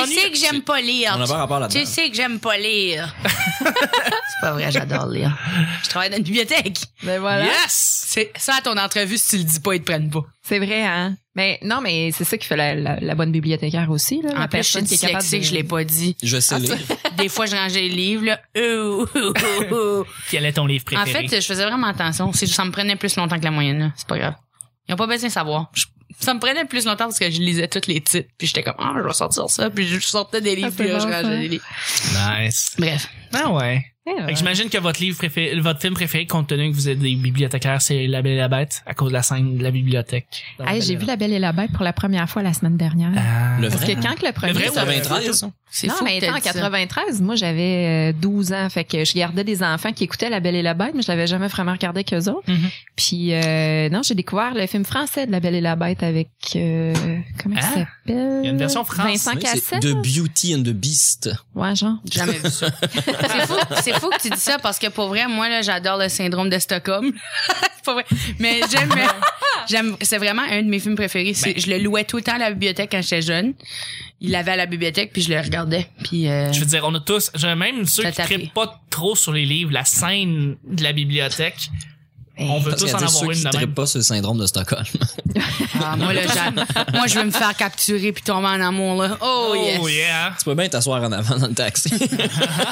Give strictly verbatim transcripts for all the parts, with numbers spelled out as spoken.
m'ennuie. Tu sais que j'aime pas lire. On n'a pas rapport là-dedans. Tu sais que j'aime pas lire. C'est pas vrai, j'adore lire. Je travaille dans une bibliothèque. Ben voilà. Yes! C'est ça à ton entrevue, si tu le dis pas, ils te prennent pas. C'est vrai, hein? Mais non, mais c'est ça qui fait la, la, la bonne bibliothécaire aussi, là. En La plus, je suis personne qui est capable dyslexique, de... je l'ai pas dit. Je sais lire. Des fois, je rangeais les livres, là. Ouh, ouh, ouh, ouh. Quel est ton livre En préféré? fait, je faisais vraiment attention. C'est- Ça me prenait plus longtemps que la moyenne, là. C'est pas grave. Ils ont pas besoin de savoir. Je- ça me prenait plus longtemps parce que je lisais tous les titres. Puis j'étais comme, ah, je vais sortir ça. Puis je sortais des livres, Ah, puis c'est là, bon, je rangeais ça. les livres. Nice. Bref. Ah ouais. Eh, Fait ouais. que j'imagine que votre livre préféré, votre film préféré, compte tenu que vous êtes des bibliothécaires, c'est La Belle et la Bête, à cause de la scène de la bibliothèque. Dans Hey, La j'ai Belle et vu la La Belle et la Bête pour la première fois la semaine dernière. Ah. Le Parce vrai, que quand que le premier... Le vrai ou le quatre-vingt-treize. C'est non, fou mais que attends, en t'aies dit ça. quatre-vingt-treize, moi, j'avais euh, douze ans. Fait que je gardais des enfants qui écoutaient La Belle et la Bête, mais je l'avais jamais vraiment regardé qu'eux autres. Mhm. Puis, euh, non, j'ai découvert le film français de La Belle et la Bête avec... Euh, comment Ah, il s'appelle? il y a une version française. Vincent Oui, c'est Cassel. The Beauty and the Beast. Ouais, genre. Jamais vu ça. C'est fou, c'est fou que tu dis ça parce que pour vrai, moi, là, j'adore le syndrome de Stockholm. C'est pas vrai. Mais j'aime, j'aime, c'est vraiment un de mes films préférés. C'est, Ben. je le louais tout le temps à la bibliothèque quand j'étais jeune. Il l'avait à la bibliothèque puis je le regardais. Puis, euh, Je veux dire, on a tous, j'ai même ceux T'as qui tapé. trippent pas trop sur les livres, la scène de la bibliothèque, on veut Parce tous qu'à en dire avoir ceux une qui de trippent même. pas sur le syndrome de Stockholm. ah, moi, là, j'aime- moi, je veux me faire capturer puis tomber en amour, là. Oh, yes. Oh yeah. Tu peux bien t'asseoir en avant dans le taxi. Le pire,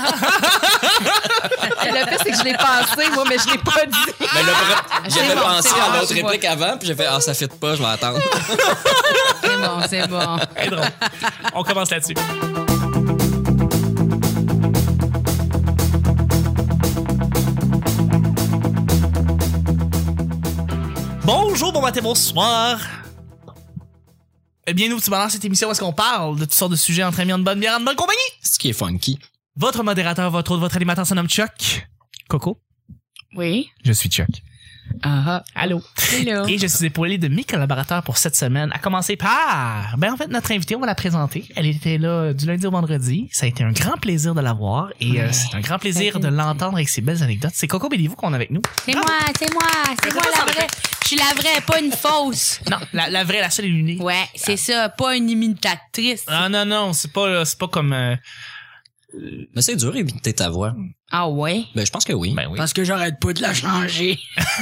c'est que je l'ai pensé, moi, mais je l'ai pas dit. Mais le pre- C'est j'avais bon, pensé c'est à bon, l'autre je vois. réplique avant, puis j'ai fait, ah, ça fit pas, je vais attendre. C'est bon, c'est bon. C'est drôle. On commence là-dessus. Bonjour, bon matin, bonsoir. Bienvenue au petit bonheur, cette émission où est-ce qu'on parle de toutes sortes de sujets entre amis, en bonne bière, en bonne compagnie. C'est ce qui est funky. Votre modérateur, votre autre, votre animateur se nomme Chuck. Coco. Oui. Je suis Chuck. Ah, Allô. hello. Et je suis épaulé de mes collaborateurs pour cette semaine, à commencer par, ben en fait, notre invitée, on va la présenter. Elle était là du lundi au vendredi. Ça a été un grand plaisir de la voir et euh, c'est un grand plaisir de l'entendre avec ses belles anecdotes. C'est Coco Béliveau qu'on a avec nous. C'est moi, c'est moi, c'est moi la vraie. Je suis la vraie, pas une fausse. Non, la, la vraie, la seule et l'unique. Ouais, c'est ça, pas une imitatrice. Ah non, non, c'est pas, c'est pas comme... euh, Mais c'est dur imiter ta voix. Ah ouais? Ben, je pense que oui. ben oui. Parce que j'arrête pas de la changer.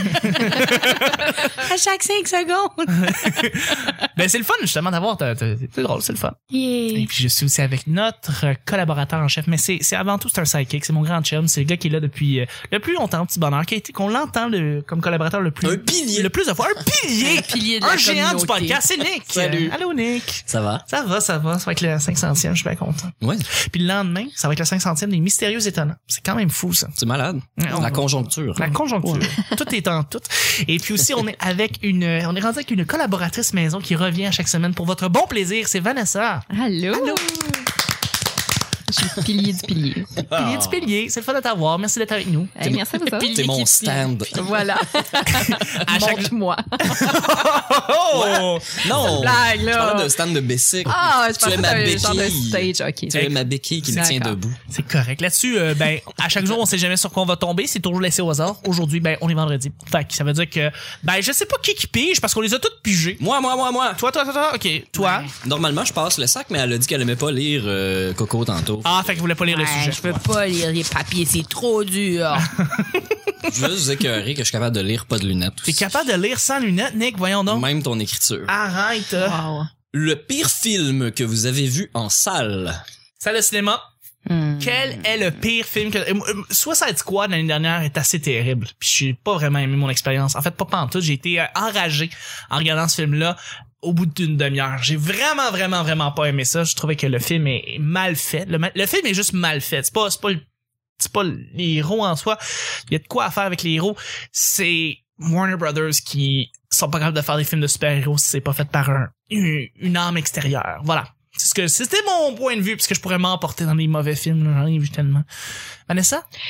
À chaque cinq secondes. Ben c'est le fun justement d'avoir... t'as- t'as- C'est drôle, c'est le fun. Et Yeah. puis je suis aussi avec notre collaborateur en chef, mais c'est c'est avant tout c'est un sidekick, c'est mon grand chum, c'est le gars qui est là depuis euh, le plus longtemps, petit bonheur, qui a été qu'on l'entend le comme collaborateur le plus Un pilier. le plus de fois, un pilier, Un pilier de un la géant du communauté. podcast, c'est Nick. Salut. Euh, allô Nick. Ça va? Ça va, ça va, ça va être le cinq centième, je suis bien content. Ouais. Puis le lendemain, ça va être le cinq centième des Mystérieux Étonnants. C'est quand même fou ça. C'est malade. On- La conjoncture. La conjoncture. Tout est en tout. Et puis aussi, on est avec une, on est rendu avec une collaboratrice maison qui revient chaque semaine pour votre bon plaisir. C'est Vanessa. Allô? Allô. Je suis le pilier du pilier. Pilier du pilier. C'est le fun de t'avoir. Merci d'être avec nous. Hey, merci à vous autres. C'est mon stand. Voilà. À chaque- Montre-moi. Oh! Non! Blague, Je là. parlais d'un stand de bicycle. Ah, je Tu pensais es que ma c'était un genre de béquille. stage. OK. Tu es ma béquille qui me tient D'accord. debout. C'est correct. Là-dessus, euh, ben, à chaque jour, on sait jamais sur quoi on va tomber. C'est toujours laissé au hasard. Aujourd'hui, ben, on est vendredi. Fait que ça veut dire que, ben, je sais pas qui qui pige parce qu'on les a toutes pigées. Moi, moi, moi, moi. Toi, toi, toi, toi. OK. Toi. Ouais. Normalement, je passe le sac, mais elle a dit qu'elle aimait pas lire euh, Coco tantôt. Ah, fait que vous voulez pas lire le Ouais, sujet. je peux pas lire les papiers, c'est trop dur. Je veux juste vous écœurer que je suis capable de lire pas de lunettes. T'es capable de lire sans lunettes, Nick? Voyons donc. Même ton écriture. Arrête. Wow. Le pire film que vous avez vu en salle. Salle de cinéma. Hmm. Quel est le pire film que... euh, euh, Suicide Squad l'année dernière est assez terrible. Puis j'ai pas vraiment aimé mon expérience. En fait, pas pantoute. J'ai été euh, enragé en regardant ce film-là au bout d'une demi-heure. J'ai vraiment, vraiment, vraiment pas aimé ça. Je trouvais que le film est mal fait. Le, ma- le film est juste mal fait. C'est pas, c'est pas, le- c'est pas les héros en soi. Il y a de quoi à faire avec les héros. C'est Warner Brothers qui sont pas capables de faire des films de super-héros si c'est pas fait par un, une, une âme extérieure. Voilà. C'est ce que, c'était mon point de vue, puisque je pourrais m'emporter dans les mauvais films, là. J'en ai vu tellement. Vanessa?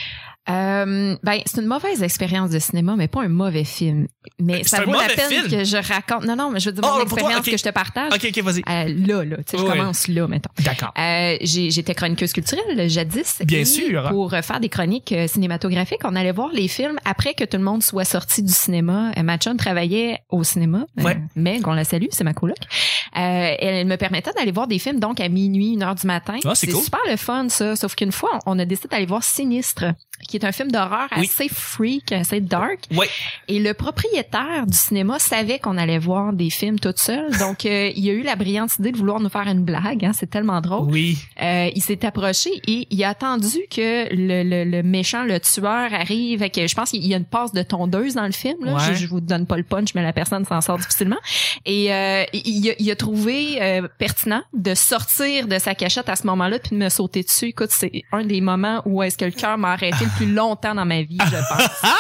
Euh, ben, c'est une mauvaise expérience de cinéma, mais pas un mauvais film. Mais C'est ça un vaut la mauvais peine film. que je raconte. Non, non, mais je veux dire, Oh, mon pour toi, expérience ok. que je te partage. Ok, ok, vas-y. Euh, là, là, tu sais, je Oui. commence là, mettons. D'accord. Euh, j'ai, j'étais chroniqueuse culturelle jadis. Bien et sûr. Pour euh, faire des chroniques euh, cinématographiques, on allait voir les films après que tout le monde soit sorti du cinéma. Euh, ma chum travaillait au cinéma. Euh, Ouais. Meg, on la salue, c'est ma coloc. Euh, elle me permettait d'aller voir des films donc à minuit, une heure du matin. Ah, c'est cool. super le fun, ça. Sauf qu'une fois, on a décidé d'aller voir Sinistre, qui est un film d'horreur Oui. assez freak, assez dark. Ouais. Et le propriétaire du cinéma savait qu'on allait voir des films toute seule. Donc, euh, il a eu la brillante idée de vouloir nous faire une blague. Hein, c'est tellement drôle. Oui. Euh, il s'est approché et il a attendu que le, le, le méchant, le tueur arrive. Avec, je pense qu'il y a une passe de tondeuse dans le film. Là. Ouais. Je, je vous donne pas le punch, mais la personne s'en sort difficilement. Et euh, il, a, il a trouvé euh, pertinent de sortir de sa cachette à ce moment-là puis de me sauter dessus. Écoute, c'est un des moments où est-ce que le cœur m'a arrêté le plus longtemps dans ma vie, je pense.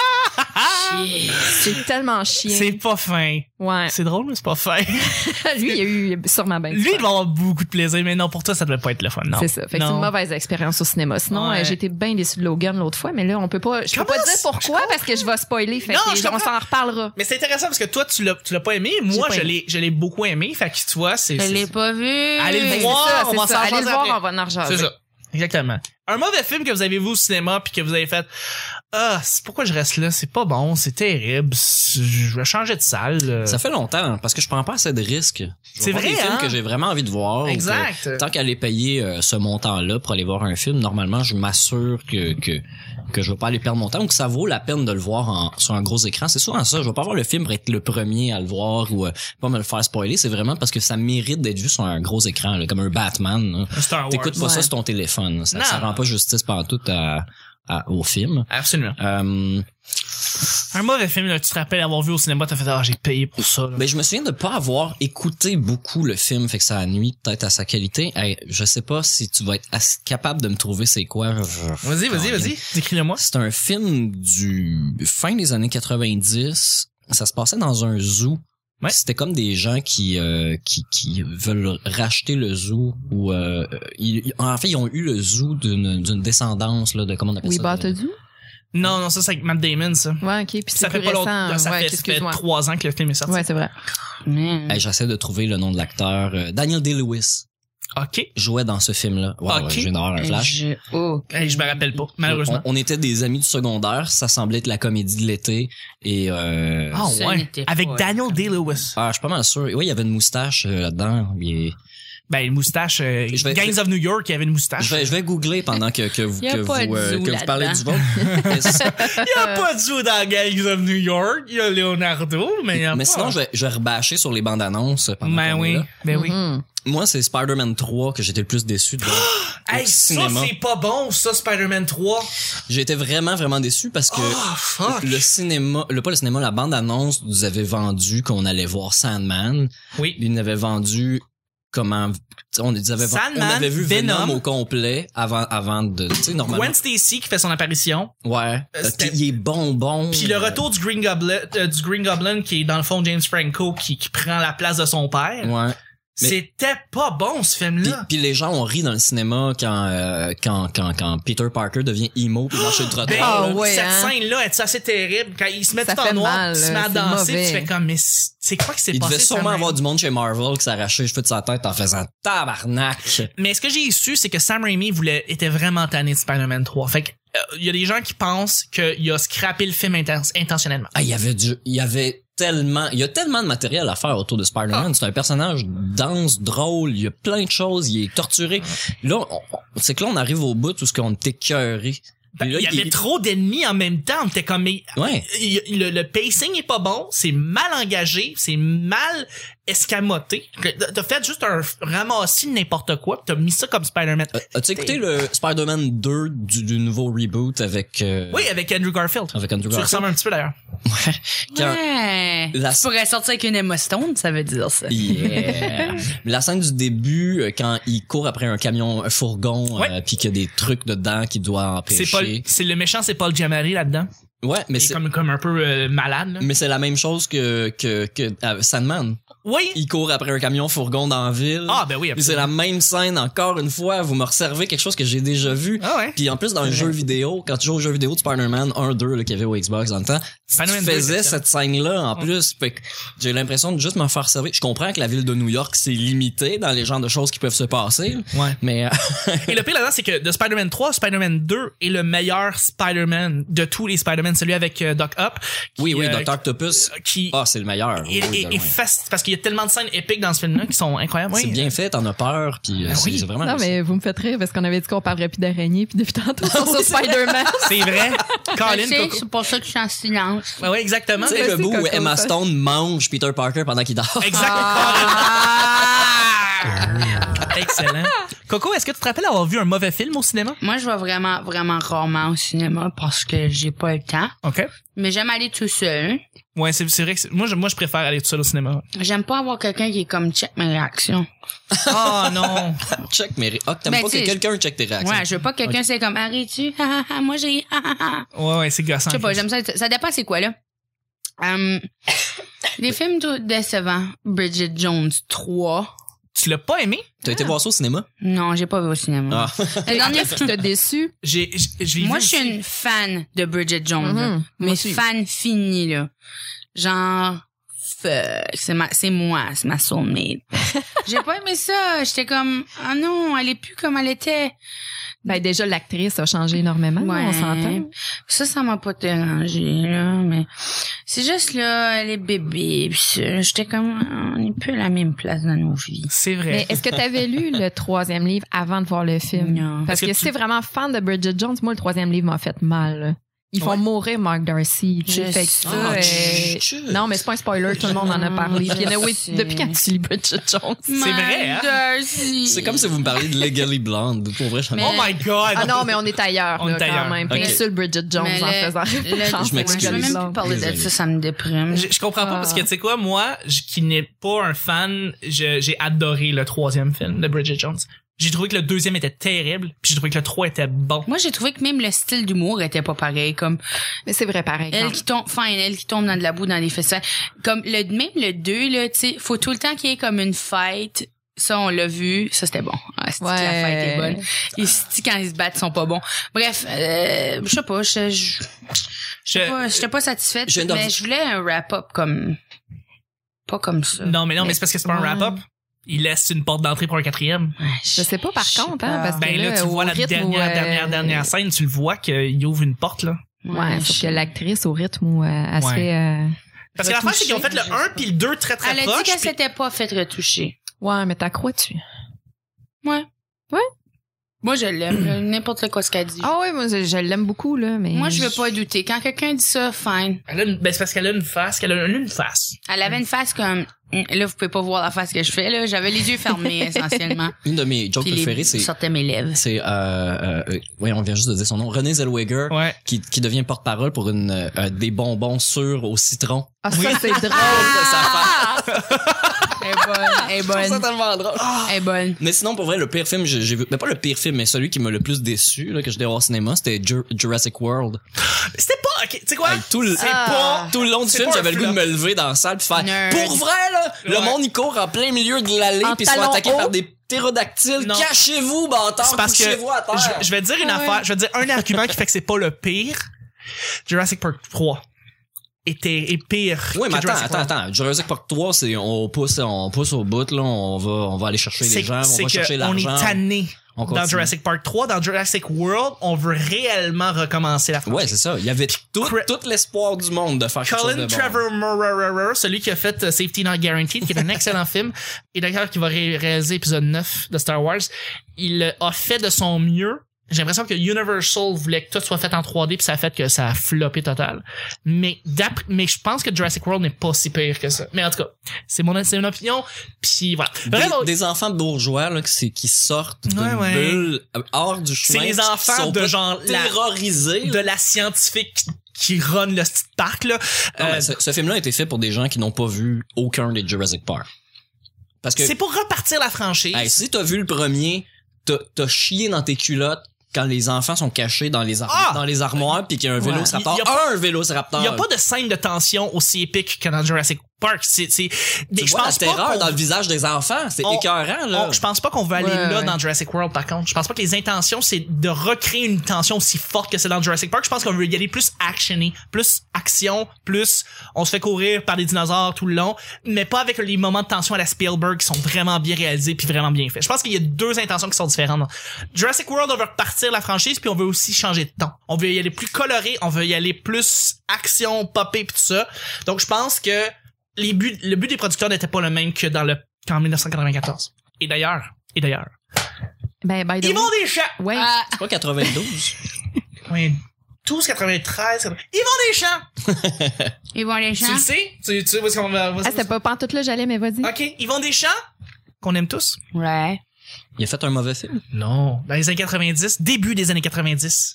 C'est tellement chien. C'est pas fin. Ouais. C'est drôle, mais c'est pas fin. Lui, il a eu sûrement bien du Lui, fun. il va avoir beaucoup de plaisir, mais non, pour toi, ça devait pas être le fun, non. C'est ça. Fait que c'est une mauvaise expérience au cinéma. Sinon, Ouais. euh, j'étais bien déçue de Logan l'autre fois, mais là, on peut pas, je peux Comment pas dire ça? pourquoi Je parce que je vais spoiler. Fait Non, que je on comprends. s'en reparlera. Mais c'est intéressant parce que toi, tu l'as, tu l'as pas aimé. Moi, pas je aimé. l'ai, je l'ai beaucoup aimé. Fait que tu vois, c'est, Je c'est- l'ai pas vu. Allez le Fait que voir, c'est ça, on c'est va ça. s'en Allez le jaser voir, après. on va en rejaser. c'est ça. Exactement. Un mauvais film que vous avez vu au cinéma puis que vous avez fait, ah, c'est pourquoi je reste là, c'est pas bon, c'est terrible, c'est- je vais changer de salle. euh. Ça fait longtemps, parce que je prends pas assez de risques. Je vais C'est voir vrai, des films hein? que j'ai vraiment envie de voir. ou que- Exact. tant qu'à aller payer euh, ce montant-là pour aller voir un film, normalement, je m'assure que que que je vais pas aller perdre mon temps ou que ça vaut la peine de le voir en, sur un gros écran. C'est souvent ça. Je vais pas voir le film pour être le premier à le voir ou euh, pas me le faire spoiler. C'est vraiment parce que ça mérite d'être vu sur un gros écran, là, comme un Batman. Là. Star Wars. T'écoutes pas Ouais. ça sur ton téléphone. Ça, Non. ça rend pas justice pantoute à, à, au film. Absolument. Euh, Un mauvais film, là, tu te rappelles avoir vu au cinéma, t'as fait, ah, j'ai payé pour ça, là. Ben, je me souviens de pas avoir écouté beaucoup le film, fait que ça nuit peut-être à sa qualité. Hey, je sais pas si tu vas être assez capable de me trouver c'est quoi. Je- Vas-y, vas-y, vas-y. Décris-le-moi. C'est un film du fin des années quatre-vingt-dix. Ça se passait dans un zoo. Ouais. C'était comme des gens qui euh, qui qui veulent racheter le zoo ou euh, ils, en fait ils ont eu le zoo d'une d'une descendance là de comment on appelle Oui, ça. bah, de- t'as dit? Non, non, ça, c'est avec Matt Damon, ça. Ouais, ok. Puis c'est Ça fait plus pas longtemps. récent. Ça ouais, fait, ça fait excuse-moi. trois ans que le film est sorti. Ouais, c'est vrai. Man. Hey, j'essaie de trouver le nom de l'acteur. Euh, Daniel Day-Lewis OK. jouait dans ce film-là. Wow, Ok. ouais, je viens d'avoir un flash. Je... Oh. Hey, je me rappelle pas, malheureusement. On, on était des amis du secondaire, ça semblait être la comédie de l'été et euh, Ah Ce ouais. n'était pas Avec ça. Daniel Day-Lewis. ah, je suis pas mal sûr. Oui, il y avait une moustache euh, là-dedans. Il est- Ben, une moustache, euh, Je vais- Gangs of New York, il y avait une moustache. Je vais, je vais googler pendant que, que vous, Y a que pas vous, de euh, zoo que vous parlez là-dedans. du vôtre. Mais, c- Il y a pas de zoo dans Gangs of New York. Il y a Leonardo, mais il y a mais pas. sinon, je vais, je vais rebâcher sur les bandes annonces pendant Ben qu'on est oui, là. ben oui. Mhm. Moi, c'est Spider-Man trois que j'étais le plus déçu de voir au Hey, ça, cinéma. c'est pas bon, ça, Spider-Man trois. J'ai été vraiment, vraiment déçu parce que Oh, fuck. le cinéma, le pas le cinéma, la bande annonce nous avait vendu qu'on allait voir Sandman. Oui. Il nous avait vendu comment on nous avait on Sandman, avait vu Venom, Venom au complet avant avant de tu sais normalement Gwen Stacy qui fait son apparition. ouais Euh, euh, c'était- puis il est bonbon Puis le retour du Green Goblin, euh, du Green Goblin qui est dans le fond James Franco qui, qui prend la place de son père. ouais mais- C'était pas bon ce puis, film-là. puis les gens ont ri dans le cinéma quand euh, quand quand quand Peter Parker devient emo puis marche sur le Ben, trottoir Ah là. ouais, cette hein. scène-là est assez terrible quand il se met Ça tout fait en noir, mal, puis il se met à c'est danser, mauvais. tu fais comme mais c'est c'est quoi qui s'est Il passé devait Sam sûrement Raimi? avoir du monde chez Marvel qui s'arrachait les cheveux de sa tête en faisant tabarnak. Mais ce que j'ai su, c'est que Sam Raimi voulait, était vraiment tanné de Spider-Man trois. Fait que, euh, il y a des gens qui pensent qu'il a scrappé le film inten- intentionnellement. Ah, il y avait du, il y avait tellement, il y a tellement de matériel à faire autour de Spider-Man. Ah. C'est un personnage dense, drôle, il y a plein de choses, il est torturé. Là, on- on- c'est que là, on arrive au bout où ce qu'on était écœuré. Ben, Puis là, il y avait il- trop d'ennemis en même temps. On était comme, mais, Ouais. il- il- le, le pacing est pas bon, c'est mal engagé, c'est mal escamoté. T'as fait juste un ramassis de n'importe quoi, pis t'as mis ça comme Spider-Man. Euh, As-tu écouté le Spider-Man deux du, du nouveau reboot avec, euh, Oui, avec Andrew Garfield. avec Andrew Tu Garfield? ressembles un petit peu d'ailleurs. Quand- Ouais. La- Tu pourrais sortir avec une Emma Stone, ça veut dire ça. Yeah. Mais la scène du début, euh, quand il court après un camion, un fourgon, Ouais. euh, puis qu'il y a des trucs dedans qu'il doit C'est empêcher. Paul, c'est le méchant, c'est Paul Giamatti là-dedans. Ouais, mais Il est c'est comme, comme un peu euh, malade, là. mais c'est la même chose que que que euh, Sandman. Oui! Il court après un camion fourgon dans la ville. Ah, ben oui, Puis c'est absolument. la même scène encore une fois. Vous me resservez quelque chose que j'ai déjà vu. Ah ouais? Puis en plus, dans un jeu vidéo, quand tu joues au jeu vidéo de Spider-Man un deux là, qu'il y avait au Xbox dans le temps, tu Spider-Man deux, faisais c'est cette scène-là en Ouais. plus. Fait que j'ai l'impression de juste me faire servir. Je comprends que la ville de New York, c'est limité dans les genres de choses qui peuvent se passer. Ouais. Mais euh, Et le pire là-dedans, c'est que de Spider-Man trois, Spider-Man deux est le meilleur Spider-Man de tous les Spider-Man, celui avec euh, Doc Ock. qui, oui, oui, euh, Doctor Octopus. Qui Ah, c'est le meilleur. est, Oui, est- de est loin. fast- parce qu'il y a tellement de scènes épiques dans ce film-là qui sont incroyables. C'est Oui. bien fait, t'en as peur, puis euh, Ah c'est oui. c'est vraiment Non, réussi. mais vous me faites rire parce qu'on avait dit qu'on parlerait plus d'araignées puis depuis tantôt on sur Spider-Man. C'est vrai. Colin, Je sais, Coco. c'est pour ça que je suis en silence. Ouais, ouais, exactement. Tu sais, Vas-y, le bout où Coco, Emma ça. Stone mange Peter Parker pendant qu'il dort. Exactement. Excellent. Coco, est-ce que tu te rappelles avoir vu un mauvais film au cinéma? Moi, je vais vraiment, vraiment rarement au cinéma parce que j'ai pas le temps. OK. Mais j'aime aller tout seul. Ouais, c'est, c'est vrai que c'est- moi, je, moi, je préfère aller tout seul au cinéma. J'aime pas avoir quelqu'un qui est comme check mes réactions. Oh non. Check mes ré- Ah, t'aimes Ben, pas que tu sais, quelqu'un check tes réactions. Ouais, je veux pas que quelqu'un c'est comme arrête-tu, ah, ah, ah, moi j'ai ah, ah, ah. Ouais, ouais, c'est gossant. Je sais pas, j'aime ça. Ça dépend c'est quoi là. Um, les films tout décevants. Bridget Jones trois. Tu l'as pas aimé? T'as été voir ça au cinéma? Non, j'ai pas vu au cinéma. Ah. Le dernier Qu'est-ce qui t'a déçu? J'ai, j'ai, j'ai Moi, vu je suis aussi. une fan de Bridget Jones. là. Mhm. Moi Mais aussi. fan finie, là. Genre, fuck, c'est ma, c'est moi, c'est ma soulmate. J'ai pas aimé ça. J'étais comme, ah non, elle est plus comme elle était. Ben déjà l'actrice a changé énormément, Ouais. on s'entend. Ça, ça m'a pas dérangé, là, mais c'est juste, là, elle est bébé, pis ça, j'étais comme, on est plus à la même place dans nos vies. C'est vrai. Mais est-ce que tu avais lu le troisième livre avant de voir le film? Non. Parce Est-ce que, que si tu- t'es vraiment fan de Bridget Jones, moi, le troisième livre m'a fait mal. là. Ils font Ouais. mourir Mark Darcy. tu sais, Je fait que sais. ça, Ah, euh, chut, chut. non, mais c'est pas un spoiler, tout le monde en a parlé. Je Puis, anyway, sais. depuis quand tu lis Bridget Jones? C'est vrai, hein? Darcy. C'est comme si vous me parliez de Legally Blonde. Pour vrai, je Mais- Oh my god. Ah non, mais on est ailleurs, On là, est ailleurs. quand même. Ok. T'insultes Bridget Jones Mais en le- faisant le- référence Je m'excuse. Je veux même plus Blonde. parler de Désolé. ça, ça me déprime. Je, je comprends pas parce que tu sais quoi, moi, je- qui n'ai pas un fan, je- j'ai adoré le troisième film de Bridget Jones. J'ai trouvé que le deuxième était terrible, puis j'ai trouvé que le trois était bon. Moi, j'ai trouvé que même le style d'humour était pas pareil. Comme Mais c'est vrai, par elle exemple. qui tombe, fine, elle qui tombe dans de la boue dans les festivals. Comme le même le deux là, tu sais, faut tout le temps qu'il y ait comme une fête. Ça, on l'a vu. Ça, c'était bon. Ah, c'est-tu que la fête est bonne. Et si quand ils se battent, ils sont pas bons. Bref, euh, je sais pas, je, je, j'étais Je- pas, j'étais pas satisfaite, Je viens mais d'en- je voulais un wrap-up comme, pas comme ça. Non, mais non, mais c'est parce que c'est pas un Ouais. wrap-up. Il laisse une porte d'entrée pour un quatrième. Ouais, Je sais pas, par je sais contre, hein, pas. parce que Ben là, tu au vois la rythme dernière, où, euh, dernière, dernière scène, tu le vois qu'il ouvre une porte, là. Ouais, sauf je- que l'actrice, au rythme où euh, elle se Ouais. fait... euh, Parce que l'affaire, c'est qu'ils ont fait le je un sais puis le deux très très Elle a dit proches. qu'elle puis- s'était pas fait retoucher. Ouais, mais t'as crois dessus. Ouais. Ouais. Moi, je l'aime, là, n'importe quoi ce qu'elle dit. Ah oui, moi, je, je l'aime beaucoup, là, mais... Moi, je veux pas douter. Quand quelqu'un dit ça, fine. Elle a une- ben, c'est parce qu'elle a une face, qu'elle a une face. Elle avait une face comme... Là, vous pouvez pas voir la face que je fais, là. J'avais les yeux fermés, essentiellement. Une de mes jokes Puis préférées, les c'est, sortaient mes lèvres. c'est, euh, euh, euh, ouais, on vient juste de dire son nom, Renée Zellweger, Ouais. qui, qui devient porte-parole pour une, euh, des bonbons sûrs au citron. Ah, ça, c'est drôle. Ça fait- Elle est bonne, elle est Je trouve ça bonne. tellement drôle. Elle est bonne. Mais sinon, pour vrai, le pire film, j'ai, j'ai vu, mais pas le pire film, mais celui qui m'a le plus déçu, là, que je l'ai voir au cinéma, c'était Jur- Jurassic World. C'était pas, ok, tu sais quoi? Hey, tout le, C'est pas, tout le long du c'est film, pas un j'avais le goût de flop. me lever dans la salle pis faire, Nerd. pour vrai, là, le Ouais. monde, il court en plein milieu de l'allée En pis se fait talons attaquer hauts. par des ptérodactyles. Non. Cachez-vous, bâtard, c'est parce que, couchez-vous à terre. je, je vais te dire une Ah ouais. affaire, je vais te dire un argument qui fait que c'est pas le pire. Jurassic Park trois était, est pire Oui, que mais attends, Jurassic attends, World. attends. Jurassic Park trois, c'est, on pousse, on pousse au bout, là, on va, on va aller chercher C'est les gens, on c'est va chercher que on l'argent. est tanné On dans continue. Jurassic Park trois. Dans Jurassic World, on veut réellement recommencer la franchise. Ouais, c'est ça. Il y avait tout, Cra- tout l'espoir du monde de faire quelque chose Colin de bon. Trevor Moore, celui qui a fait euh, Safety Not Guaranteed, qui est un excellent film, et d'ailleurs qui va ré- réaliser épisode neuf de Star Wars, il euh, a fait de son mieux. J'ai l'impression que Universal voulait que tout soit fait en trois D, puis ça a fait que ça a floppé total. Mais d'après, mais je pense que Jurassic World n'est pas si pire que ça. Mais en tout cas, c'est mon, c'est une opinion, puis voilà. Vraiment, Des, des enfants bourgeois là, qui, c'est- qui sortent d'une Ouais, ouais. bulle euh, hors du chemin. c'est les qui enfants sont de pas genre la, terrorisés. de la scientifique qui, qui run le petit parc, là. Non, Euh, mais ce, ce film-là a été fait pour des gens qui n'ont pas vu aucun des Jurassic Park. Parce que c'est pour repartir la franchise. hey, si t'as vu le premier, t'as, t'as chié dans tes culottes quand les enfants sont cachés dans les, ar- Ah! dans les armoires puis qu'il y a un vélociraptor. Il y a pas- Un vélociraptor. Il y a pas de scène de tension aussi épique que dans Jurassic Park. C'est, c'est, Tu je vois la pense pas terreur qu'on- dans le visage des enfants. C'est on- écœurant, là. on- je pense pas qu'on veut aller Ouais, là ouais. dans Jurassic World, par contre. Je pense pas que les intentions, c'est de recréer une tension aussi forte que c'est dans Jurassic Park. Je pense qu'on veut y aller plus actionné, plus action, plus on se fait courir par des dinosaures tout le long, mais pas avec les moments de tension à la Spielberg qui sont vraiment bien réalisés puis vraiment bien faits. Je pense qu'il y a deux intentions qui sont différentes. Jurassic World, on veut repartir la franchise puis on veut aussi changer de ton. On veut y aller plus coloré, on veut y aller plus action, popé pis tout ça. Donc je pense que les buts, le but des producteurs n'était pas le même que dans le, qu'en dix-neuf cent quatre-vingt-quatorze. Et d'ailleurs, et d'ailleurs, Ben, by the ils way. vont des chats! Ouais. Ah, C'est pas quatre-vingt-douze. Oui, douze quatre-vingt-treize, ils vont des champs! ils vont les Tu champs. le sais? Tu, tu sais où est-ce qu'on va, va- Ah, c'était pas pantoute là, j'allais, mais vas-y. Ok, ils vont des champs? Qu'on aime tous? Ouais. Il a fait un mauvais film. Non. Dans les années quatre-vingt-dix, début des années quatre-vingt-dix,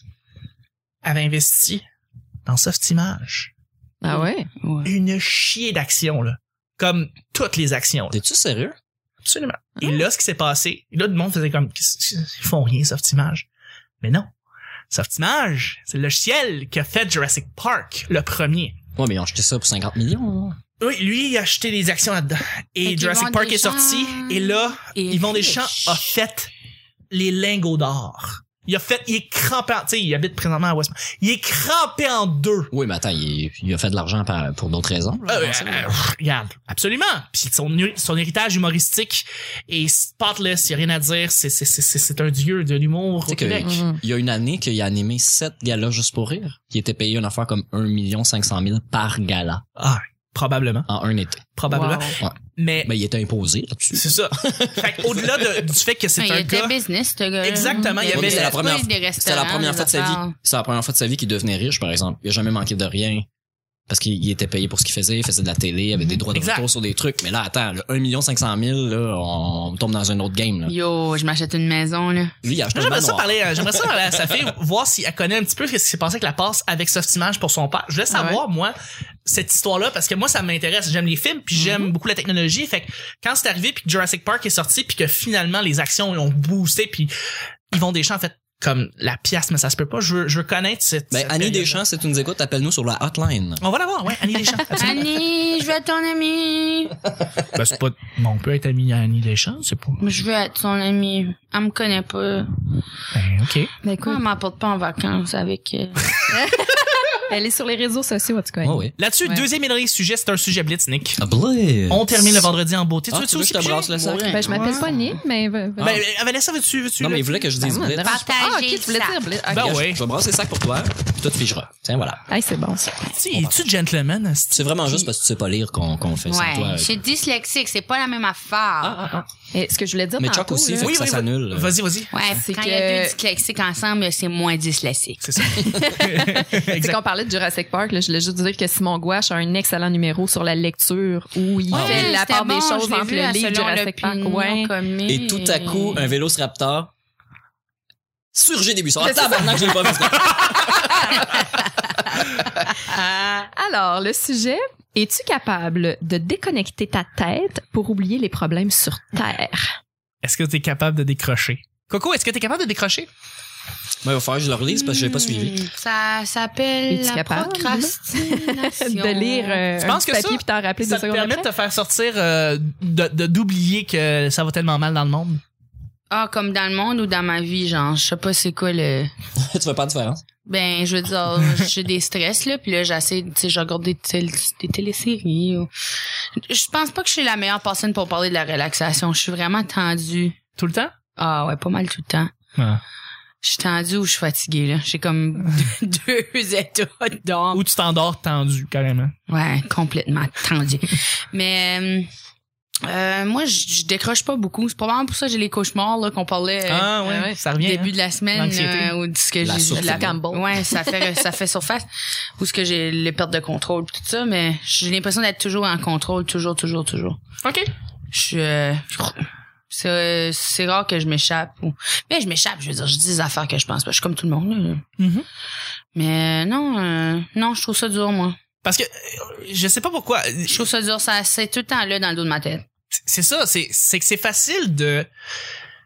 avait investi dans Softimage Ah ouais? Ouais. une chier d'actions, là. Comme toutes les actions, là. T'es-tu sérieux? Absolument. Et là, ce qui s'est passé, là, le monde faisait comme, ils font rien, Softimage. Mais non. Softimage, c'est le logiciel qui a fait Jurassic Park, le premier. Ouais, mais ils ont acheté ça pour cinquante millions. hein. Oui, lui, il a acheté des actions là-dedans. Et Fait Jurassic qu'Yvon Park est Deschamps sorti, et là, est Yvon riche. Deschamps a fait les lingots d'or. Il a fait, il est crampé en, tu sais, il habite présentement à Westmount. Il est crampé en deux. Oui, mais attends, il, il a fait de l'argent par- pour d'autres raisons. là, Euh, avant ça, euh, là. regarde, absolument. Puis son, son héritage humoristique est spotless, il y a rien à dire. C'est, c'est, c'est, c'est, c'est un dieu de l'humour Tu sais au que- Québec. Mhm. Il y a une année qu'il a animé sept galas juste pour rire, qui était payé une affaire comme un million cinq cent mille par gala Ah, probablement, en un été. probablement. Wow. Ouais. Mais Ben, il était imposé là-dessus. c'est ça. Fait au-delà de, du fait que c'est Ouais, il un était gars. business, ce gars. Exactement, il y Ouais, avait mais c'est la la- première, des restaurants, c'est la première des fois de sa vie. affaires. C'est la première fois de sa vie qu'il devenait riche, par exemple. Il a jamais manqué de rien. Parce qu'il il était payé pour ce qu'il faisait, il faisait de la télé, il avait des droits de Exact. retour sur des trucs. Mais là, attends, un million cinq cent mille, là, on tombe dans un autre game, là. Yo, je m'achète une maison, là. Lui, il a acheté un J'aimerais ça manoir. parler, euh, j'aimerais ça parler à sa fille, voir si elle connaît un petit peu ce qui s'est passé avec la passe avec Softimage pour son père. Je voulais savoir, moi, cette histoire-là, parce que moi, ça m'intéresse. J'aime les films, puis j'aime beaucoup la technologie. Fait que quand c'est arrivé, puis que Jurassic Park est sorti, puis que finalement, les actions ont boosté, puis Yvon Deschamps, en fait, comme la pièce, mais ça se peut pas. Je veux, je veux connaître cette... Ben, cette Annie période-là. Deschamps, si tu nous écoutes, appelle-nous sur la hotline. On va la voir, ouais, Annie Deschamps. absolument. Annie, je veux être ton amie. Ben, c'est pas... Bon, on peut être ami à Annie Deschamps, c'est pas... Je veux être son amie. Elle me connaît pas. Ben, OK. Ben, Pourquoi écoute, elle m'emporte pas en vacances avec euh, elle est sur les réseaux sociaux, en tout cas. Oh, oui. Là-dessus, Ouais. deuxième et dernier sujet, c'est un sujet blitz, Nick. Ah, blitz. On termine le vendredi en beauté. Ah, tu tu veux-tu veux aussi que je te piger? brasse le sac? Ouais. Ben, je m'appelle Ouais. pas Nick, mais... ben, Ben, euh, Vanessa, veux-tu, veux-tu? Non, mais là? il voulait que je dise Ben, moi, blitz. dérange pas. Ah, ok, Partager tu voulais ça. dire blitz. Ok. Ben Regarde, oui. Je vais brasser le sac pour toi, puis toi tu figeras. Tiens, voilà. Hey, c'est bon, ça. Tu sais, es-tu gentleman? asti? C'est vraiment juste parce que tu sais pas lire qu'on qu'on fait ça, toi. Ouais, je suis dyslexique, c'est pas la même affaire. Ah, ah, ah. Et ce que je voulais dire Mais Chuck tantôt, aussi, là, fait que ça s'annule. Vas-y, vas-y. Ouais, C'est quand il que- y a deux dyslexiques ensemble, c'est moins dyslexique. C'est ça. c'est exact. qu'on parlait de Jurassic Park, là, je voulais juste dire que Simon Gouache a un excellent numéro sur la lecture où il Ah fait oui. la part des choses entre le livre selon Jurassic Park. l'opinion Ouais. commune. Et tout à coup, un vélociraptor surgit des buissons. Ah, C'est ça. tabarnak, je l'ai pas vu. ça. Alors, le sujet, es-tu capable de déconnecter ta tête pour oublier les problèmes sur Terre? Est-ce que t'es capable de décrocher? Coco, est-ce que t'es capable de décrocher? Ouais, il va falloir que je le relise parce que je l'ai pas suivi. Hmm, Ça s'appelle Es-tu la capable? procrastination. De lire euh, Tu un penses petit que papier ça, puis t'en rappeler Ça deux te secondes permet de après? te faire sortir, euh, de, de- d'oublier que ça va tellement mal dans le monde? Ah, comme dans le monde ou dans ma vie, genre, je sais pas c'est quoi le... Tu fais pas la différence? Ben, je veux dire, j'ai des stress, là, puis là, j'essaie, tu sais, je regarde des, tél- des téléséries. Ou... Je pense pas que je suis la meilleure personne pour parler de la relaxation. Je suis vraiment tendue. Tout le temps? Ah ouais, pas mal tout le temps. Ah. Je suis tendue ou je suis fatiguée, là. J'ai comme deux, deux états d'âme. Ou tu t'endors tendu, carrément. Ouais, complètement tendue. Mais... euh, euh, moi, je je décroche pas beaucoup. C'est probablement pour ça que j'ai les cauchemars là qu'on parlait euh, Ah, ouais, ouais. ça revient. début hein? de la semaine L'anxiété. euh, ou de ce que La j'ai source la Campbell. ouais ça fait ça fait surface ou ce que j'ai les pertes de contrôle pis tout ça, mais j'ai l'impression d'être toujours en contrôle, toujours toujours toujours. OK. Je suis euh, c'est c'est rare que je m'échappe ou mais je m'échappe, je veux dire, je dis des affaires que je pense pas, je suis comme tout le monde là. Mhm. Mais non euh, non, je trouve ça dur moi. Parce que, euh, je sais pas pourquoi. Je trouve ça dur, ça c'est tout le temps là dans le dos de ma tête. C'est ça, c'est, c'est que c'est facile de,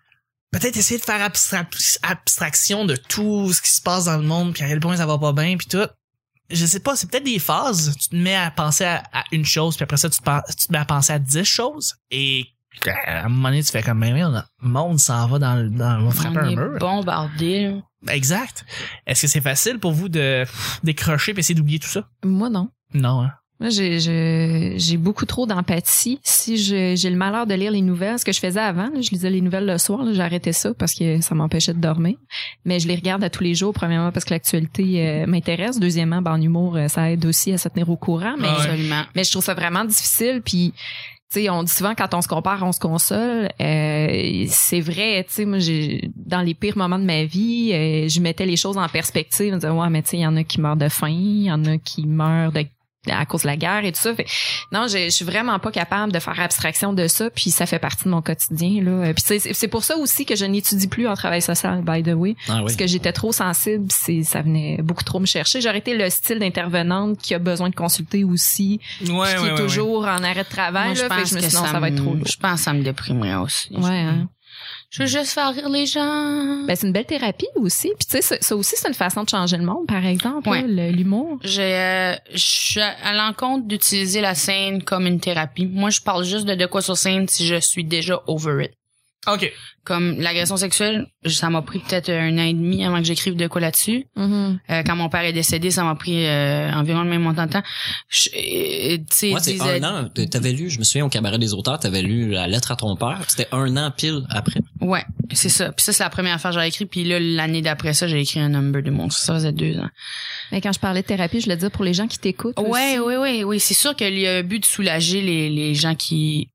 peut-être essayer de faire abstra- abstraction de tout ce qui se passe dans le monde, puis à quel point ça va pas bien, puis tout. Je sais pas, c'est peut-être des phases. Tu te mets à penser à, à une chose, puis après ça, tu te, pen- tu te mets à penser à dix choses, et à un moment donné, tu fais comme, mais le monde s'en va dans le, dans, on va frapper un mur. Bombardé. Exact. Est-ce que c'est facile pour vous de pff, décrocher puis essayer d'oublier tout ça? Moi, non. Non, hein? Moi, j'ai, j'ai, j'ai beaucoup trop d'empathie. Si je, j'ai le malheur de lire les nouvelles, ce que je faisais avant, là, je lisais les nouvelles le soir, là, j'ai arrêté ça parce que ça m'empêchait de dormir. Mais je les regarde à tous les jours, premièrement parce que l'actualité euh, m'intéresse. Deuxièmement, ben, en humour, euh, ça aide aussi à se tenir au courant. Mais, Absolument. mais je trouve ça vraiment difficile. Puis, tu sais, on dit souvent quand on se compare, on se console. Euh, c'est vrai, tu sais, moi, j'ai dans les pires moments de ma vie, euh, je mettais les choses en perspective. Je me disais, ouais, mais tu sais, il y en a qui meurent de faim, il y en a qui meurent de à cause de la guerre et tout ça. Fait, non, je, je suis vraiment pas capable de faire abstraction de ça, puis ça fait partie de mon quotidien là. Puis c'est, c'est pour ça aussi que je n'étudie plus en travail social, by the way, ah, oui. parce que j'étais trop sensible, c'est ça venait beaucoup trop me chercher. J'aurais été le style d'intervenante qui a besoin de consulter aussi, Ouais, qui ouais, est ouais, toujours ouais. en arrêt de travail. Moi, je là, pense fait que je me que suis dit, non, ça, ça va être trop lourd. Je pense que ça me déprimerait aussi. Ouais. Hein. Je veux juste faire rire les gens. Ben c'est une belle thérapie aussi. Puis tu sais, ça, ça aussi c'est une façon de changer le monde, par exemple, ouais. là, le, l'humour. J'ai, euh, je suis à l'encontre d'utiliser la scène comme une thérapie. Moi, je parle juste de de quoi sur scène si je suis déjà over it. OK. Comme l'agression sexuelle, ça m'a pris peut-être un an et demi avant que j'écrive de quoi là-dessus. Mm-hmm. Euh, quand mon père est décédé, ça m'a pris euh, environ le même montant de temps. Je, euh, tu ouais, c'est un an. T'avais lu, je me souviens au cabaret des auteurs, t'avais lu la lettre à ton père. C'était un an pile après. Ouais, c'est ça. Puis ça, c'est la première affaire que j'avais écrit. Puis là, l'année d'après ça, j'ai écrit un number de monstres. Ça faisait deux ans. Mais quand je parlais de thérapie, je le dis pour les gens qui t'écoutent. Ouais, aussi. ouais, ouais, ouais. C'est sûr qu'il y a un but de soulager les, les gens qui...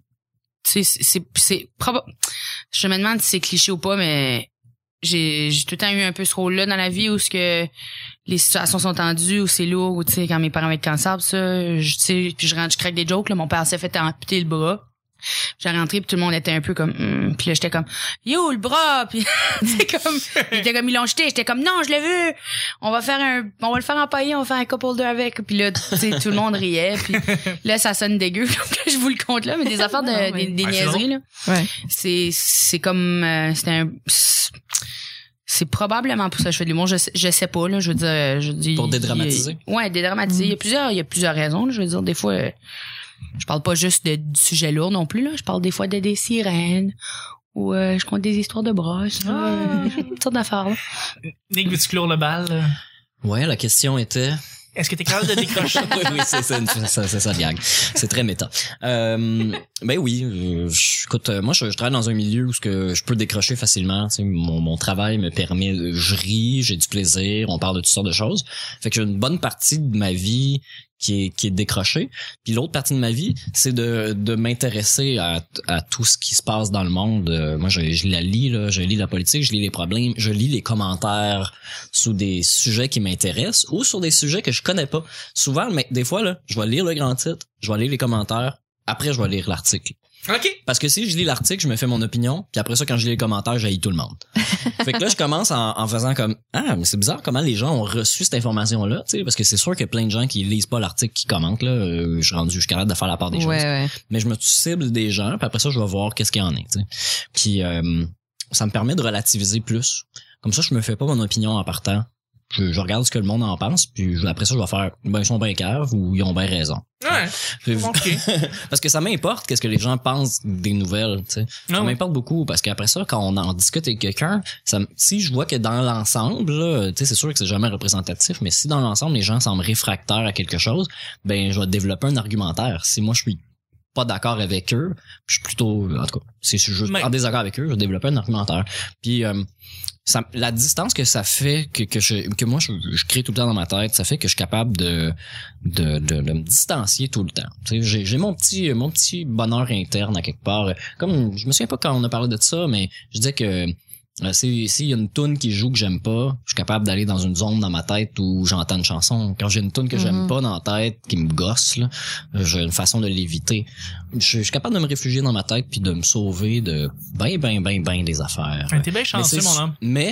Tu sais, c'est, c'est probable. Je me demande si c'est cliché ou pas, mais j'ai, j'ai tout le temps eu un peu ce rôle-là dans la vie où ce que les situations sont tendues, où c'est lourd, où tu sais, quand mes parents avaient le cancer, pis ça, je, tu sais, puis je rentre, je craque des jokes, là, mon père s'est fait amputer le bras. J'ai rentré puis tout le monde était un peu comme mm. Puis là j'étais comme yo le bras puis c'est comme il était comme ils l'ont jeté, j'étais comme non je l'ai vu, on va faire un on va le faire empailler, on va faire un couple deux avec, puis là tu sais tout le monde riait, puis là ça sonne dégueu donc là, je vous le compte là, mais des affaires de ah, ouais. des, des ah, niaiseries là ouais. c'est c'est comme euh, c'était un c'est probablement pour ça que je fais de l'humour, je sais, je sais pas là, je veux dire je dis pour dédramatiser. Il, ouais dédramatiser, mm. il y a plusieurs il y a plusieurs raisons là, je veux dire des fois euh, je parle pas juste de, du sujet lourd non plus, là. Je parle des fois de des sirènes ou euh, je compte des histoires de broches. Ah. Euh, toutes sortes d'affaires. Là. Nick, veux-tu clore le bal? Ouais, la question était... Est-ce que t'es capable de décrocher? oui, oui, c'est ça, c'est, c'est ça le gag. C'est très méta. Euh, ben oui, euh, écoute, moi, je, je travaille dans un milieu où ce que je peux décrocher facilement. Tu sais, mon, mon travail me permet, je ris, j'ai du plaisir, on parle de toutes sortes de choses. Fait que j'ai une bonne partie de ma vie qui est qui est décrochée. Puis l'autre partie de ma vie, c'est de de m'intéresser à à tout ce qui se passe dans le monde. Euh, moi, je, je la lis là, je lis la politique, je lis les problèmes, je lis les commentaires sous des sujets qui m'intéressent ou sur des sujets que je connais pas. Souvent, mais des fois là, je vais lire le grand titre, je vais lire les commentaires, après je vais lire l'article. OK. Parce que si je lis l'article, je me fais mon opinion, puis après ça, quand je lis les commentaires, j'haïs tout le monde. Fait que là, je commence en, en faisant comme ah, mais c'est bizarre comment les gens ont reçu cette information-là, tu sais, parce que c'est sûr qu'il y a plein de gens qui lisent pas l'article, qui commentent là. Euh, je suis rendu, je suis capable de faire la part des ouais, choses. Ouais. Mais je me cible des gens, puis après ça, je vais voir qu'est-ce qu'il y en est, tu sais. Puis euh, ça me permet de relativiser plus. Comme ça, je me fais pas mon opinion en partant. Je, je regarde ce que le monde en pense, puis je, après ça, je vais faire ben ils sont bien caves ou ils ont bien raison. Ouais. Okay. Parce que ça m'importe qu'est-ce que les gens pensent des nouvelles, tu sais. Ça ouais. m'importe beaucoup parce qu'après ça, quand on en discute avec quelqu'un, ça, si je vois que dans l'ensemble, tu sais, c'est sûr que c'est jamais représentatif, mais si dans l'ensemble les gens semblent réfractaires à quelque chose, ben je vais développer un argumentaire. Si moi je suis pas d'accord avec eux, je suis plutôt, en tout cas, si je suis en désaccord avec eux, je vais développer un argumentaire. Puis euh, ça, la distance que ça fait que que je que moi je, je crée tout le temps dans ma tête, ça fait que je suis capable de de de, de me distancier tout le temps. Tu sais, j'ai j'ai mon petit mon petit bonheur interne à quelque part. Comme je me souviens pas quand on a parlé de ça, mais je disais que Euh, si s'il y a une toune qui joue que j'aime pas, je suis capable d'aller dans une zone dans ma tête où j'entends une chanson. Quand j'ai une toune que mm-hmm. j'aime pas dans la tête, qui me gosse, là, j'ai une façon de l'éviter. Je, je suis capable de me réfugier dans ma tête puis de me sauver de ben ben ben ben des affaires. Ouais, t'es bien chanceux, mon homme. Mais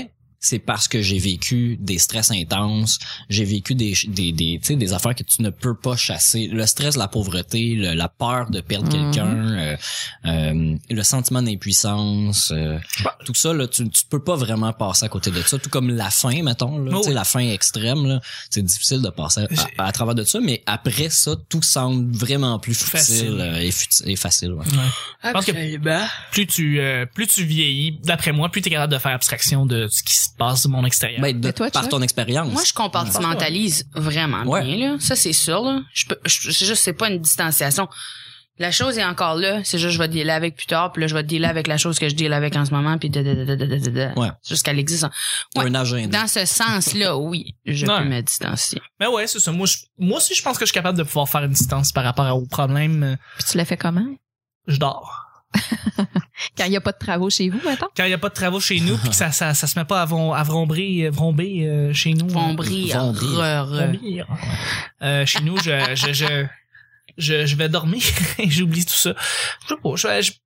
c'est parce que j'ai vécu des stress intenses, j'ai vécu des des des tu sais des affaires que tu ne peux pas chasser, le stress, la pauvreté, le, la peur de perdre mm-hmm. quelqu'un, euh, euh, le sentiment d'impuissance, euh, bah. tout ça là, tu tu peux pas vraiment passer à côté de ça, tout comme la faim mettons là, oh. tu sais la faim extrême là, c'est difficile de passer à, à, à travers de ça, mais après ça tout semble vraiment plus futile euh, et, futi- et facile. Ouais. Ouais. Je pense que plus tu euh, plus tu vieillis, d'après moi, plus t'es capable de faire abstraction de ce qui se passe de mon extérieur. Ben, de, toi, par ton expérience. Moi, je compartimentalise ouais. vraiment ouais. bien, là. Ça, c'est sûr, là. Je peux, je, c'est juste, c'est pas une distanciation. La chose est encore là, c'est juste, je vais dealer avec plus tard, puis là, je vais dealer avec la chose que je deal avec en ce moment, puis de, de, de, de, de, de, de, ouais. jusqu'à l'existence. Ouais. Un agenda. Dans ce sens-là, oui, je ouais. peux me distancier. Mais ouais, c'est ça. Moi, je, moi aussi, je pense que je suis capable de pouvoir faire une distance par rapport au problème. Puis tu l'as fait comment? Je dors. Quand il n'y a pas de travaux chez vous, maintenant? Quand il n'y a pas de travaux chez nous, puis que ça, ça, ça se met pas à, von, à vrombrer, vromber euh, chez nous. Vrombrir. Vrombrir. Euh, chez nous, je, je, je, je, je vais dormir et j'oublie tout ça. Je sais pas, je, je,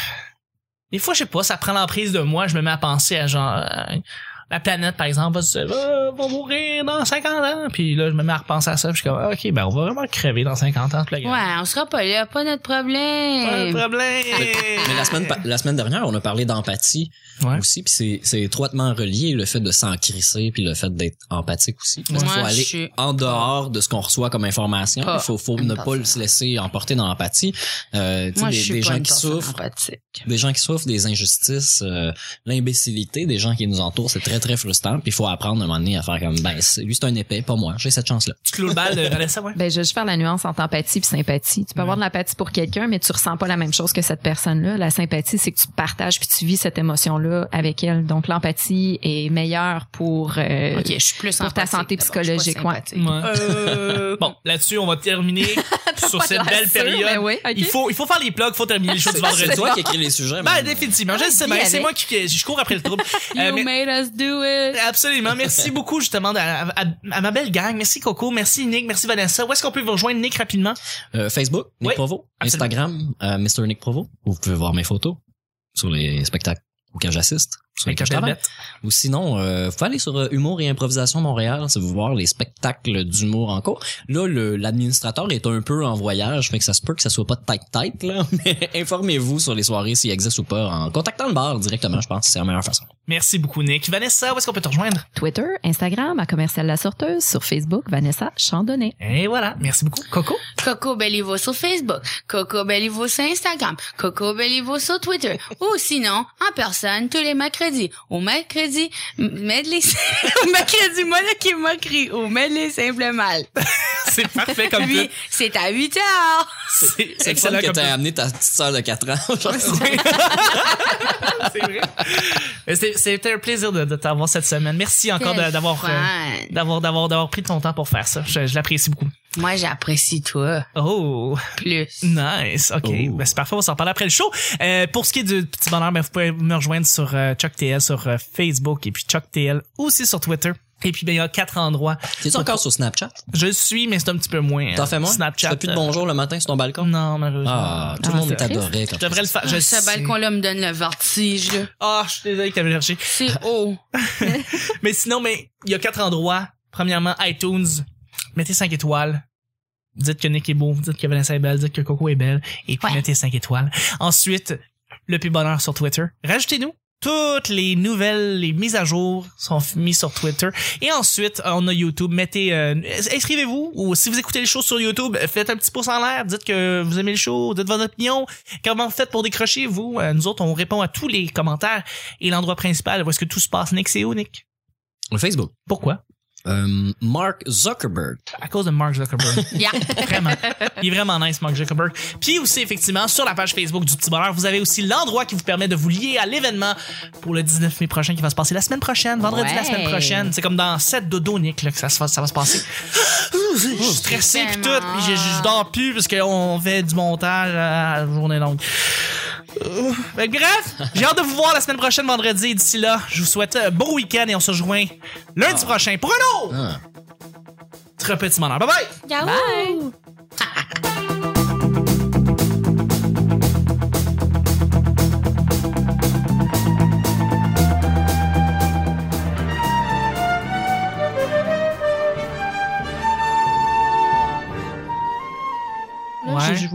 des fois, je sais pas, ça prend l'emprise de moi, je me mets à penser à genre... Euh, la planète, par exemple, va, va, va mourir dans cinquante ans. Puis là, je me mets à repenser à ça. Puis je suis comme, OK, ben on va vraiment crever dans cinquante ans. Ouais, on sera pas là. Pas notre problème. Pas notre problème. Mais la semaine, la semaine dernière, on a parlé d'empathie ouais. aussi. Puis c'est, c'est étroitement relié, le fait de s'en crisser puis le fait d'être empathique aussi. Parce qu'il faut aller suis... en dehors de ce qu'on reçoit comme information. Il faut, faut ne pas se laisser emporter dans l'empathie. Euh, Moi, des, je suis des pas gens une qui souffrent. Empathique. Des gens qui souffrent des injustices, euh, l'imbécilité des gens qui nous entourent, c'est très, très frustrant. Puis il faut apprendre à un moment donné à faire comme, ben, c'est, lui, c'est un épais, pas moi. J'ai cette chance-là. Tu clôt le bal de Vanessa, ouais? Ben, je vais juste faire la nuance entre empathie et sympathie. Tu peux ouais. avoir de l'empathie pour quelqu'un, mais tu ressens pas la même chose que cette personne-là. La sympathie, c'est que tu partages puis tu vis cette émotion-là avec elle. Donc, l'empathie est meilleure pour, euh, okay, je suis plus pour ta santé psychologique. Bon, ouais. Euh, bon, là-dessus, on va terminer sur cette belle sûr, période. Oui, okay. Il faut, il faut faire les plugs, il faut terminer les choses du vendredi. C'est toi qui écris les sujets. Ben, définitivement. Je sais bien. C'est moi qui, je cours après le trouble. You euh, mais, made us do it. Absolument. Merci beaucoup, justement, à, à, à ma belle gang. Merci, Coco. Merci, Nick. Merci, Vanessa. Où est-ce qu'on peut vous rejoindre, Nick, rapidement? Euh, Facebook, Nick oui, Provo. Absolument. Instagram, euh, mister Nick Provo. Vous pouvez voir mes photos sur les spectacles auxquels j'assiste. Sur les ou sinon, euh, faut aller sur euh, Humour et Improvisation Montréal, si vous voir les spectacles d'humour en cours. Là, le, l'administrateur est un peu en voyage, fait que ça se peut que ça soit pas tête-tête, là, mais informez-vous sur les soirées s'il existe ou pas en contactant le bar directement, je pense que c'est la meilleure façon. Merci beaucoup, Nick. Vanessa, où est-ce qu'on peut te rejoindre? Twitter, Instagram, à Commercial La Sorteuse, sur Facebook, Vanessa Chandonnet. Et voilà. Merci beaucoup. Coco? Coco Bellivo sur Facebook, Coco Bellivo sur Instagram, Coco Bellivo sur Twitter, ou sinon, en personne, tous les mercredis, au mercredi, medley, au mercredi, monocle et moquerie, au medley simple mal. C'est parfait comme oui, c'est à huit heures. C'est, c'est excellent que t'aies amené ta petite sœur de quatre ans. C'est vrai. C'est, c'était un plaisir de, de t'avoir cette semaine. Merci encore de, d'avoir, euh, d'avoir, d'avoir, d'avoir pris ton temps pour faire ça. Je, je l'apprécie beaucoup. Moi, j'apprécie toi. Oh. Plus. Nice. OK. Oh. Ben, c'est parfait. On va s'en parler après le show. Euh, pour ce qui est du petit bonheur, ben, vous pouvez me rejoindre sur euh, Chuck T L sur euh, Facebook et puis Chuck T L aussi sur Twitter. Et puis, ben, il y a quatre endroits. T'es-tu encore sur Snapchat? Je suis, mais c'est un petit peu moins. T'en fais moins? Snapchat. Tu fais plus de bonjour le matin sur ton balcon? Non, malheureusement. Ah, tout le monde t'adorait quand je devrais le faire. Je Ce balcon-là me donne le vertige, là. Ah, oh, je suis désolé que t'avais cherché. C'est haut. Mais sinon, mais, il y a quatre endroits. Premièrement, iTunes. Mettez cinq étoiles. Dites que Nick est beau. Dites que Vanessa est belle. Dites que Coco est belle. Et puis, ouais. mettez cinq étoiles. Ensuite, le P Bonheur sur Twitter. Rajoutez-nous. Toutes les nouvelles, les mises à jour sont mises sur Twitter. Et ensuite, on a YouTube. Mettez, euh, inscrivez-vous. Ou si vous écoutez les shows sur YouTube, faites un petit pouce en l'air. Dites que vous aimez le show. Dites votre opinion. Comment vous faites pour décrocher, vous? Euh, nous autres, on répond à tous les commentaires. Et l'endroit principal, où est-ce que tout se passe, Nick, c'est où, Nick? Facebook. Pourquoi? Euh, Mark Zuckerberg. À cause de Mark Zuckerberg. Yeah. Vraiment. Il est vraiment nice, Mark Zuckerberg. Puis aussi, effectivement, sur la page Facebook du Petit Bonheur, vous avez aussi l'endroit qui vous permet de vous lier à l'événement pour le dix-neuf mai prochain qui va se passer la semaine prochaine, vendredi ouais. la semaine prochaine. C'est comme dans sept dodo, Nick, là, que ça, ça va se passer. Je suis stressé pis tout, pis je, je dors plus parce qu'on fait du montage à la journée longue. Euh, ben, bref, j'ai hâte de vous voir la semaine prochaine, vendredi. Et d'ici là, je vous souhaite un bon week-end et on se rejoint lundi ah. prochain pour un autre ah. très petit bonheur. Bye bye! Ciao. Bye!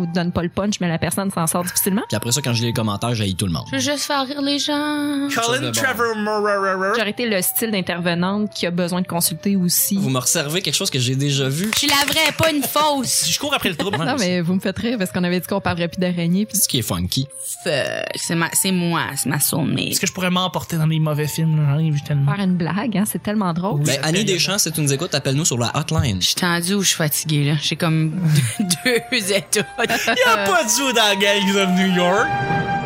donne pas le punch, mais la personne s'en sort difficilement. Puis après ça, quand je lis les commentaires, j'haïs tout le monde. Je veux juste faire rire les gens. Colin Trevor Moore. J'aurais été le style d'intervenante qui a besoin de consulter aussi. Vous me resservez quelque chose que j'ai déjà vu. Je suis la vraie, pas une fausse. Si je cours après le trouble. Non, mais vous me faites rire parce qu'on avait dit qu'on parlerait plus d'araignées. Puis... C'est ce qui est funky. Fuck, c'est ma, c'est moi, c'est ma soulmate. Est-ce que je pourrais m'emporter dans des mauvais films? J'en ai vu tellement. Faire une blague, hein, c'est tellement drôle. Ben, Annie Deschamps, si tu nous écoutes, appelle-nous sur la hotline. Je suis tendue ou je suis fatiguée, là. J'ai comme deux, deux états. Il y a pas de zoo dans Gangs of New York.